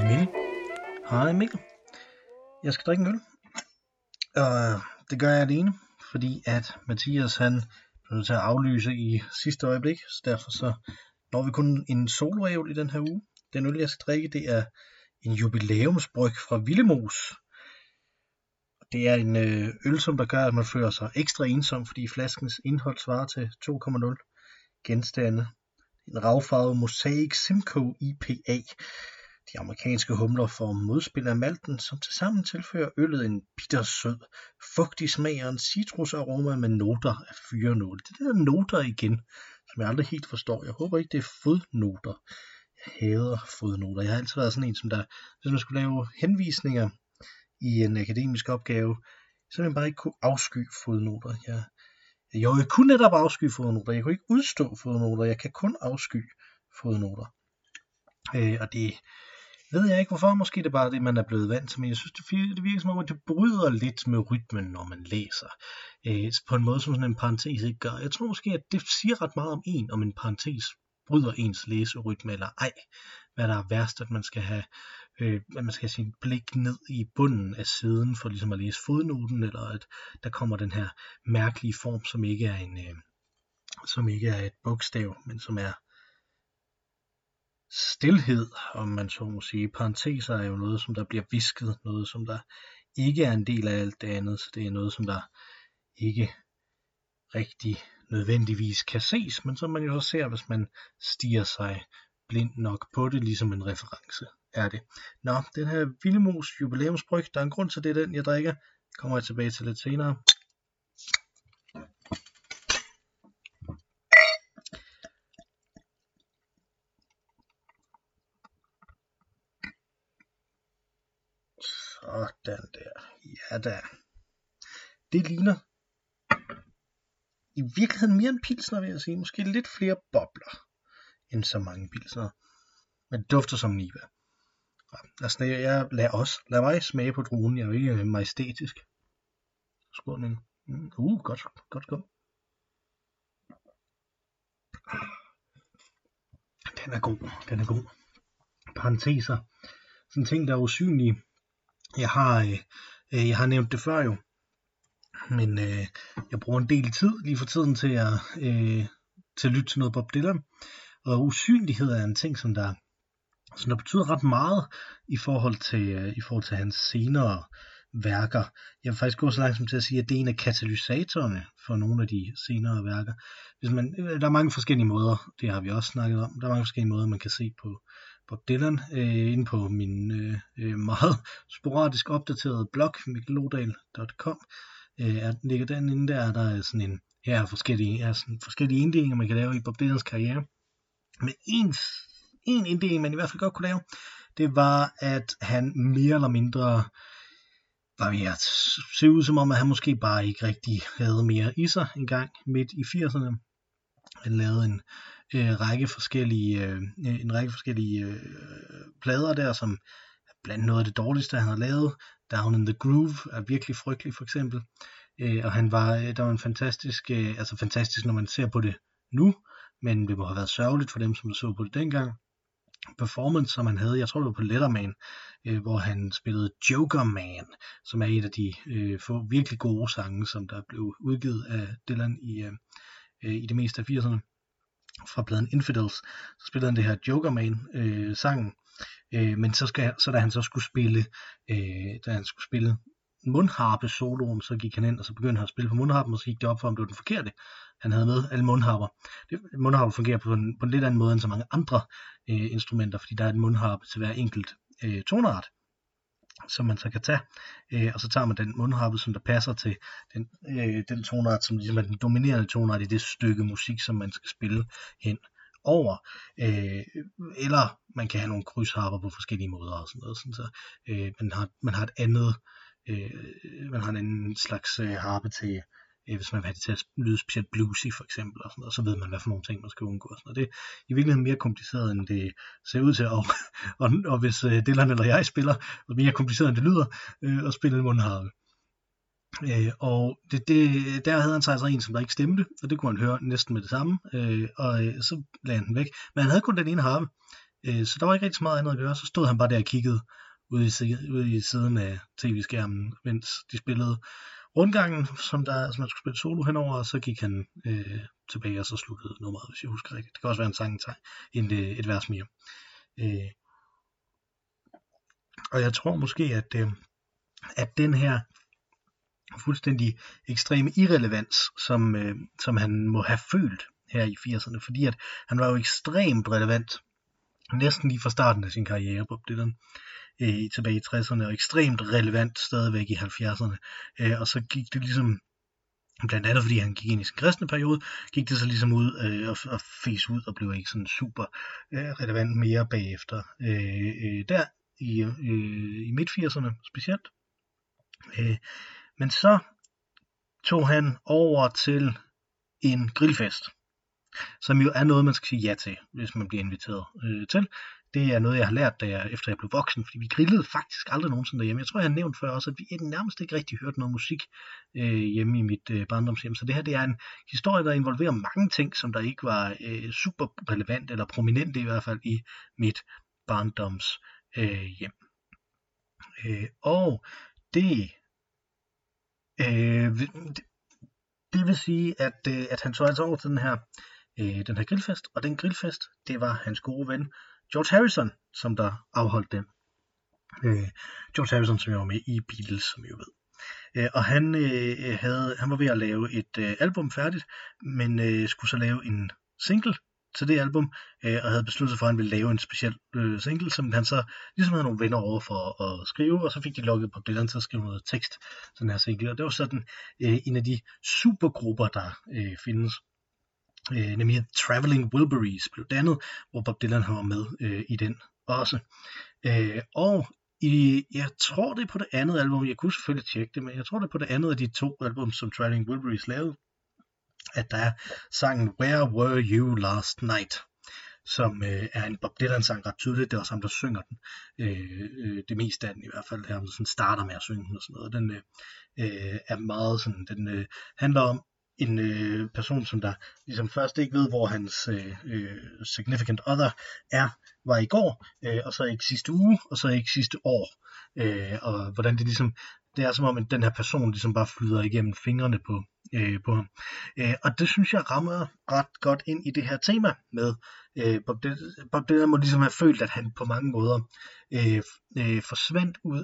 Mikkel. Hej Mikkel. Jeg skal drikke en øl. Og det gør jeg alene, fordi at Mathias han blev nødt til at aflyse i sidste øjeblik. Så derfor så når vi kun en soloævel i den her uge. Den øl jeg skal drikke, det er en jubilæumsbryg fra Willemoes. Det er en øl, som der gør, at man føler sig ekstra ensom, fordi flaskens indhold svarer til 2,0 genstande. En ravfarvet Mosaic Simcoe IPA. De amerikanske humler får modspil af malten, som tilsammen tilfører øllet en bittersød, fugtig smag og en citrusaroma med noter af fyrenåle. Det er de der noter igen, som jeg aldrig helt forstår. Jeg håber ikke, det er fodnoter. Jeg hader fodnoter. Jeg har altid været sådan en, som der, hvis man skulle lave henvisninger i en akademisk opgave, så ville jeg bare ikke kunne afsky fodnoter. Jeg kunne netop afsky fodnoter. Jeg kunne ikke udstå fodnoter. Jeg kan kun afsky fodnoter. Og det ved jeg ikke hvorfor. Måske det er bare det, man er blevet vant til. Men jeg synes, det virker som om, at det bryder lidt med rytmen, når man læser. På en måde, som sådan en parentes ikke gør. Jeg tror måske, at det siger ret meget om en parentes bryder ens læserytme eller ej. Hvad der er værst, at man skal have sin blik ned i bunden af siden for ligesom at læse fodnoten, eller at der kommer den her mærkelige form, som ikke er et bogstav, men som er stilhed, om man så må sige. Parenteser er jo noget, som der bliver visket, noget som der ikke er en del af alt det andet, så det er noget, som der ikke rigtig nødvendigvis kan ses, men som man jo så ser, hvis man stiger sig blind nok på det, ligesom en reference er det. Nå, den her Willemoes jubilæumsbryg, der er en grund til det, den jeg drikker, kommer jeg tilbage til lidt senere. Sådan der. Ja da. Det ligner i virkeligheden mere en pilsner, vil jeg sige. Måske lidt flere bobler end så mange pilsner. Men det dufter som Niva. Lad mig smage på druen. Jeg er jo ikke majestætisk. Skål, Mikkel. Godt. Den er god. Parenteser. Sådan ting, der er usynlige. Jeg har nævnt det før jo. Men jeg bruger en del tid lige for tiden til at lytte til noget Bob Dylan. Og usynlighed er en ting, som der betyder ret meget i forhold til hans senere værker. Jeg vil faktisk gå så langt som til at sige, at det er en af katalysatorerne for nogle af de senere værker. Der er mange forskellige måder, det har vi også snakket om, der er mange forskellige måder, man kan se på Bob Dylan inde på min meget sporadisk opdaterede blog, mikkellodal.com. Ligger den inde der er sådan en forskellige inddelinger, man kan lave i Bob Dylans karriere. Men en inddeling, man i hvert fald godt kunne lave, det var, at han mere eller mindre var ved at se ud som om, at han måske bare ikke rigtig havde mere i sig engang midt i 80'erne. Han lavede en række forskellige plader der, som blandt noget af det dårligste, han har lavet. Down in the Groove er virkelig frygtelig for eksempel. Og der var en fantastisk, når man ser på det nu, men det må have været sørgeligt for dem, som så på det dengang. Performance, som han havde, jeg tror det var på Letterman, hvor han spillede Joker Man, som er et af de få virkelig gode sange, som der blev udgivet af Dylan i det meste af 80'erne. Fra pladen Infidels, så spillede han det her Joker Man sangen, men da han skulle spille mundharpe soloen, så gik han ind, og så begyndte han at spille på mundharpen, og så gik det op for ham, det var den forkerte. Han havde med alle mundharper. Mundharper fungerer på en lidt anden måde end så mange andre instrumenter, fordi der er en mundharpe til hver enkelt toneart, som man så kan tage, og så tager man den mundharpe, som der passer til den toneart, som ligesom er den dominerende toneart i det stykke musik, som man skal spille hen over, eller man kan have nogle krydsharper på forskellige måder og sådan noget, så man har en anden slags harpe til, hvis man vil have det til at lyde specielt bluesy for eksempel, og sådan noget, så ved man hvad for nogle ting man skal undgå og sådan noget. Det er i virkeligheden mere kompliceret end det ser ud til, og hvis Dylan eller jeg spiller, det er mere kompliceret end det lyder at spille en mundharpe. Og der havde han sig altså en, som der ikke stemte, og det kunne han høre næsten med det samme, og så lagde han den væk. Men han havde kun den ene harpe, Så der var ikke rigtig så meget andet at gøre. Så stod han bare der og kiggede ude i siden af tv-skærmen, mens de spillede rundgangen, som man skulle spille solo henover, og så gik han tilbage, og så sluttede nummeret, hvis jeg husker rigtigt. Det kan også være en sang, et vers mere. Og jeg tror måske, at den her fuldstændig ekstreme irrelevans, som han må have følt her i 80'erne, fordi at han var jo ekstremt relevant, næsten lige fra starten af sin karriere, Bob Dylan, tilbage i 60'erne, og ekstremt relevant stadigvæk i 70'erne. Og så gik det ligesom, blandt andet fordi han gik ind i sin kristne periode, gik det så ligesom ud og fes ud og blev ikke sådan super relevant mere bagefter. Der i midt-80'erne specielt. Men så tog han over til en grillfest, som jo er noget, man skal sige ja til, hvis man bliver inviteret til. Det er noget, jeg har lært, efter jeg blev voksen, fordi vi grillede faktisk aldrig nogensinde derhjemme. Jeg tror, jeg har nævnt før også, at vi nærmest ikke rigtig hørte noget musik hjemme i mit barndomshjem. Så det her, det er en historie, der involverer mange ting, som der ikke var super relevant eller prominente i hvert fald i mit barndomshjem. Og det vil sige, at han så altså over til den her grillfest, og den grillfest, det var hans gode ven George Harrison, som der afholdt den. George Harrison, som jo var med i Beatles, som I jo ved. Og han var ved at lave et album færdigt, men skulle så lave en single til det album, og havde besluttet sig for, at han ville lave en speciel single, som han så ligesom havde nogle venner over for at skrive, og så fik de lukket på Dylan til at skrive noget tekst til den her single, og det var sådan en af de supergrupper, der findes, nemlig Traveling Wilburys blev dannet, hvor Bob Dylan var med i den også. Og jeg tror det er på det andet album, jeg kunne selvfølgelig tjekke det, men jeg tror det er på det andet af de 2 album, som Traveling Wilburys lavede, at der er sangen Where Were You Last Night, som er en Bob Dylan sang ret tydeligt. Det er også ham, der synger den. Det meste af den i hvert fald, her sådan starter med at synge den og sådan noget. Den er meget sådan, den handler om en person, som der ligesom først ikke ved, hvor hans significant other var i går, og så ikke sidste uge, og så ikke sidste år. Og hvordan det ligesom, det er som om, at den her person ligesom bare flyder igennem fingrene på ham. Og det synes jeg rammer ret godt ind i det her tema med Bob Dylan må ligesom have følt, at han på mange måder forsvandt ud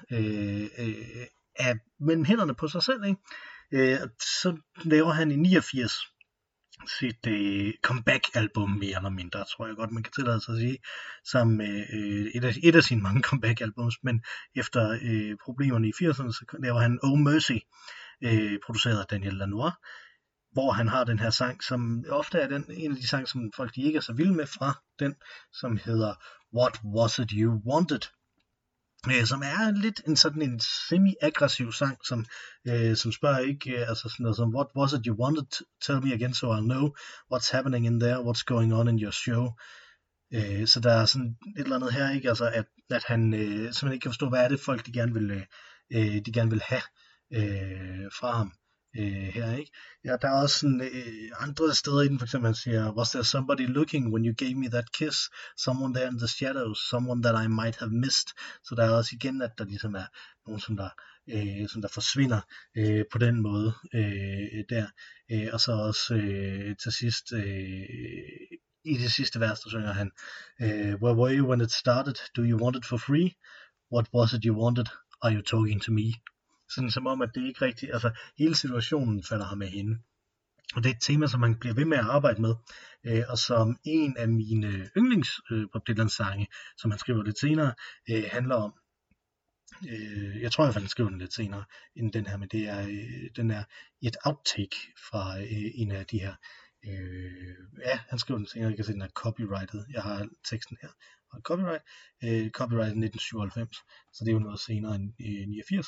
af mellem hænderne på sig selv, ikke? Så laver han i 89 sit comeback-album, mere eller mindre, tror jeg godt, man kan tillade sig at sige, som et af sine mange comeback-albums, men efter problemerne i 80'erne, så laver han Oh Mercy, produceret af Daniel Lanois, hvor han har den her sang, som ofte er en af de sange, som folk de ikke er så vilde med fra den, som hedder What Was It You Wanted, som er lidt en semi-aggressiv sang, som spørger ikke, altså sådan noget som, what was it you wanted, tell me again so I'll know, what's happening in there, what's going on in your show. Så der er sådan et eller andet her, ikke? Altså at han simpelthen ikke kan forstå, hvad er det folk de gerne vil have fra ham. Her, ikke? Ja, der er også sådan, andre steder i den, for eksempel han siger, was there somebody looking when you gave me that kiss, someone there in the shadows, someone that I might have missed. Så der er også igen, at der ligesom er nogen, som der forsvinder på den måde der. Og så også til sidst i det sidste vers, der synger han, where were you when it started, do you want it for free, what was it you wanted, are you talking to me? Sådan som om, at det ikke rigtigt, altså hele situationen falder ham af hende. Og det er et tema, som man bliver ved med at arbejde med, og som en af mine yndlings Bob Dylan sange, som han skriver lidt senere, handler om. Jeg tror i hvert fald, han skriver den lidt senere end den her, men den er et outtake fra en af de her. Han skriver den senere, jeg kan se, den er copyrighted. Jeg har teksten her. Og copyright 1997, så det er jo noget senere end 89.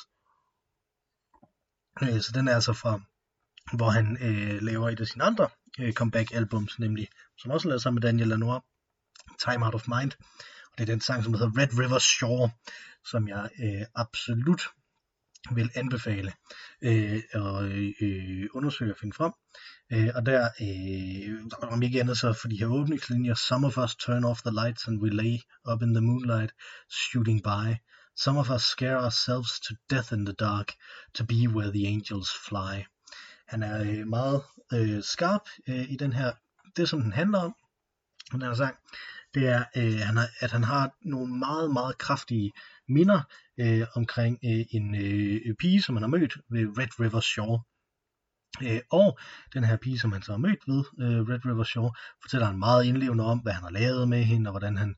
Så den er altså fra, hvor han laver et af sine andre comeback-albums, nemlig, som også lavet sammen med Daniel Lanois, Time Out of Mind. Og det er den sang, som hedder Red River Shore, som jeg absolut vil anbefale at undersøge og finde frem. Og der, om ikke andet så for de her åbningslinjer: Some of us turn off the lights and we lay up in the moonlight shooting by. Some of us scare ourselves to death in the dark to be where the angels fly. Han er meget skarp i den her. Det som den handler om, den her sang, det er, at han har nogle meget, meget kraftige minder omkring en pige, som han har mødt ved Red River Shore. Og den her pige, som han så har mødt ved Red River Shore, fortæller han meget indlevende om, hvad han har lavet med hende, og hvordan han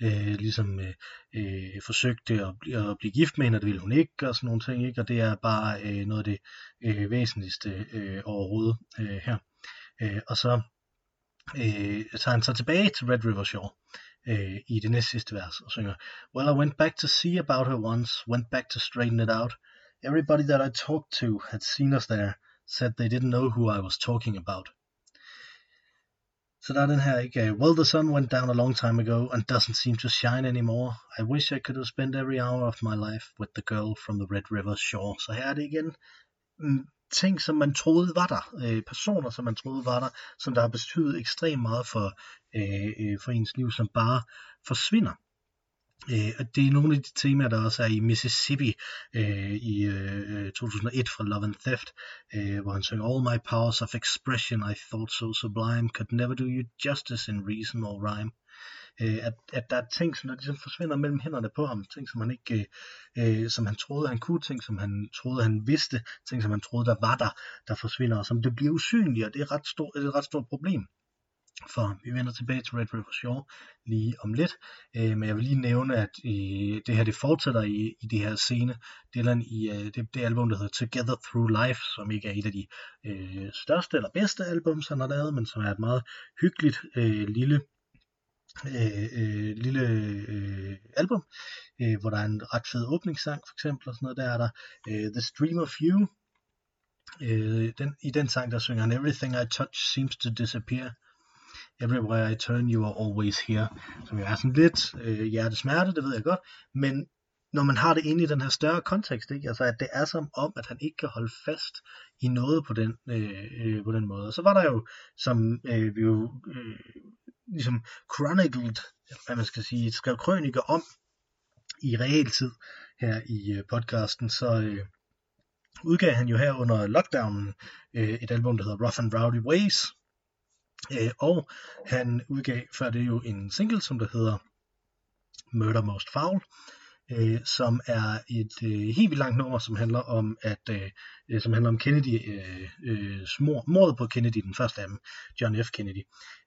forsøgte at blive gift med hende, og det ville hun ikke, og sådan nogle ting, ikke? Og det er bare noget af det væsentligste overhovedet her. Og så tager han så tilbage til Red River Shore i det næste sidste vers og synger: Well, I went back to see about her once, went back to straighten it out. Everybody that I talked to had seen us there, said they didn't know who I was talking about. Så der er den her, ikke? Well, the sun went down a long time ago and doesn't seem to shine anymore. I wish I could have spent every hour of my life with the girl from the Red River Shore. Så her er det igen ting, som man troede var der, personer, som man troede var der, som der har betydet ekstremt meget for ens liv, som bare forsvinder. Og det er nogle af de temaer, der også er i Mississippi i 2001 fra Love and Theft, hvor han synger: All my powers of expression I thought so sublime could never do you justice in reason or rhyme. At der er ting, som der ligesom forsvinder mellem hænderne på ham, ting som han ikke, som han troede han kunne, ting som han troede han vidste, ting som han troede der var der forsvinder, og som det bliver usynligt, og det er et ret stort problem. For vi vender tilbage til Red River Shore lige om lidt, men jeg vil lige nævne, at det her det fortsætter i det her scene. Dylan i det album, der hedder Together Through Life, som ikke er et af de største eller bedste albums, han har lavet, men som er et meget hyggeligt lille album, hvor der er en ret fed åbningssang for eksempel, og sådan noget. Der er der The Stream of You. I den sang der synger han: Everything I touch seems to disappear. Everywhere I turn, you are always here. Som jo er sådan lidt hjertesmerte, det ved jeg godt, men når man har det inde i den her større kontekst, ikke? Altså at det er som om, at han ikke kan holde fast i noget på den måde. Og så var der jo, som vi jo ligesom chronicled, hvad man skal sige, skrev krøniker om i realtid her i podcasten, så udgav han jo her under lockdownen et album, der hedder Rough and Rowdy Ways. Og han udgav før det jo en single, som der hedder Murder Most Foul, som er et helt vildt langt nummer, som handler om Kennedy, mordet på Kennedy, den første af dem, John F. Kennedy.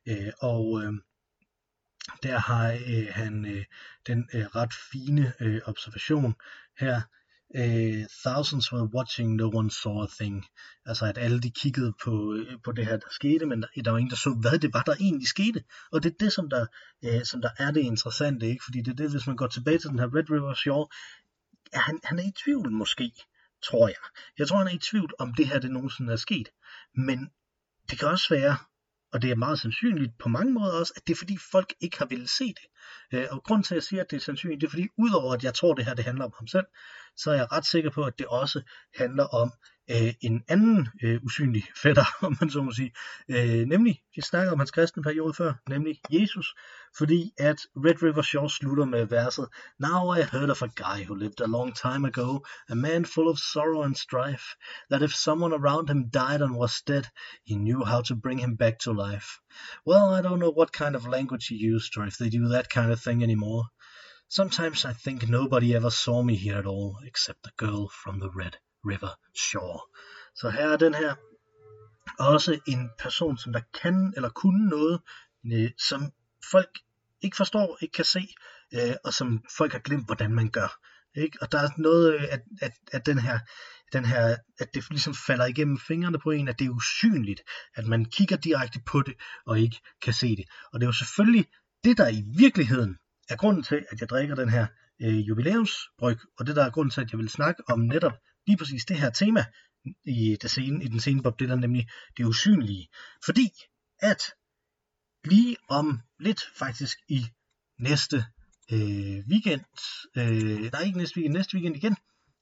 Der har han den ret fine observation her: thousands were watching, no one saw a thing. Altså at alle de kiggede på det her, der skete, men der var ingen, der så, hvad det var, der egentlig skete. Og det er det, som der er det interessante, ikke? Fordi det er det, hvis man går tilbage til den her Red River Shore, han er i tvivl måske, tror jeg. Jeg tror, han er i tvivl, om det her det nogensinde er sket. Men det kan også være, og det er meget sandsynligt på mange måder også, at det er fordi folk ikke har ville se det. Og grund til at jeg siger, at det er sandsynligt, det er fordi, udover at jeg tror, det her det handler om ham selv, så er jeg ret sikker på, at det også handler om en anden usynlig fætter, om man så må sige. Nemlig, vi snakker om hans kristne periode før, nemlig Jesus. Fordi at Red River Shore slutter med verset: Now I heard of a guy who lived a long time ago, a man full of sorrow and strife, that if someone around him died and was dead, he knew how to bring him back to life. Well, I don't know what kind of language he used, or if they do that kind of thing anymore. Sometimes I think nobody ever saw me here at all, except the girl from the Red River Shore. Så her er den her også en person, som der kan eller kunne noget, som folk ikke forstår, ikke kan se, og som folk har glemt, hvordan man gør. Ikke? Og der er noget, at den her, at det ligesom falder igennem fingrene på en, at det er usynligt, at man kigger direkte på det, og ikke kan se det. Og det er jo selvfølgelig det, der i virkeligheden er grunden til, at jeg drikker den her jubilæumsbryg, og det der er grunden til, at jeg vil snakke om netop lige præcis det her tema i den scene Bob Dylan, nemlig det usynlige. Fordi at lige om lidt faktisk i næste weekend, næste weekend igen,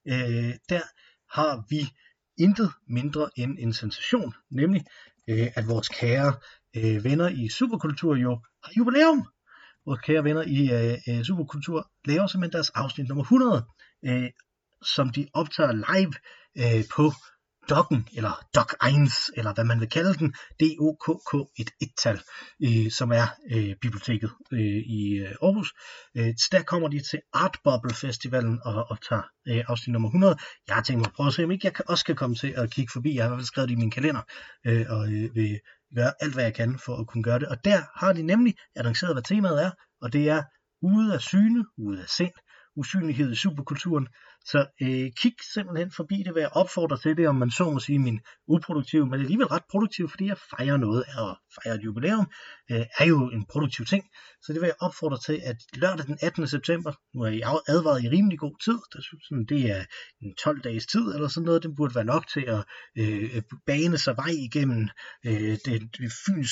der har vi intet mindre end en sensation, nemlig at vores kære venner i Superkultur jo har jubilæum. Vores kære venner i Superkultur laver simpelthen deres afsnit nummer 100, som de optager live på Dokken, eller Dok1, eller hvad man vil kalde den, DOKK, et ettal, som er biblioteket i Aarhus. Så der kommer de til Art Bubble Festivalen og tager afsnit nummer 100. Jeg har tænkt mig at prøve at se, om ikke jeg også kan komme til at kigge forbi. Jeg har i hvert fald skrevet det i min kalender, og vil gøre alt, hvad jeg kan for at kunne gøre det. Og der har de nemlig annonceret, hvad temaet er, og det er ude af syne, ude af sind, usynlighed i superkulturen. Så kig simpelthen forbi det, hvad jeg opfordrer til det, om man så må sige min uproduktive, men alligevel ret produktiv, fordi jeg fejrer noget af at fejre et jubilæum, er jo en produktiv ting. Så det vil jeg opfordre til, at lørdag den 18. september, nu er I advaret i rimelig god tid, det er en 12 dages tid eller sådan noget, det burde være nok til at bane sig vej igennem de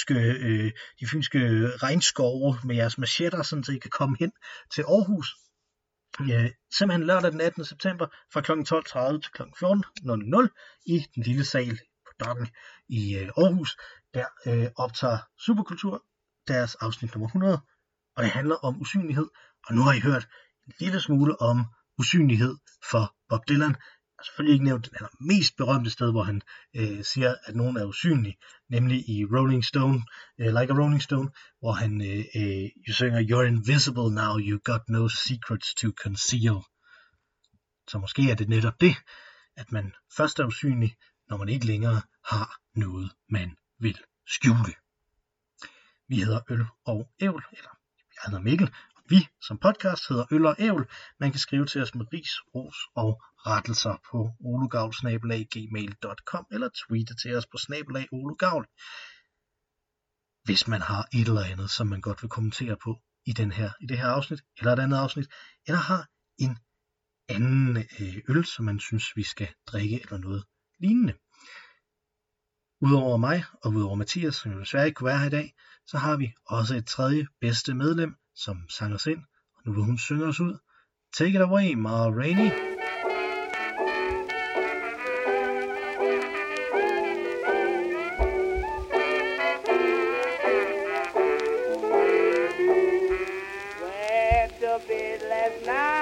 fynske regnskove med jeres machetter, sådan så I kan komme hen til Aarhus. Simpelthen lørdag den 18. september fra kl. 12.30 til kl. 14.00 i den lille sal på Dokken i Aarhus. Der optager Superkultur deres afsnit nummer 100, og det handler om usynlighed. Og nu har I hørt en lille smule om usynlighed for Bob Dylan. Jeg har selvfølgelig ikke nævnt den mest berømte sted, hvor han siger, at nogen er usynlig, nemlig i Rolling Stone, Like a Rolling Stone, hvor han jo synger, You're invisible now, you got no secrets to conceal. Så måske er det netop det, at man først er usynlig, når man ikke længere har noget, man vil skjule. Vi hedder Øl og Ævl, eller jeg hedder Mikkel. Vi som podcast hedder Øl og Ævl. Man kan skrive til os med ris, ros og rettelser på olugavl@gmail.com eller tweete til os på @olugavl, hvis man har et eller andet, som man godt vil kommentere på i det her afsnit, eller et andet afsnit, eller har en anden øl, som man synes, vi skal drikke, eller noget lignende. Udover mig og udover Mathias, som jo desværre ikke kunne være her i dag, så har vi også et tredje bedste medlem, som sang os ind, og nu vil hun synge os ud. Take it away, Ma Rainey. Went to bed last night.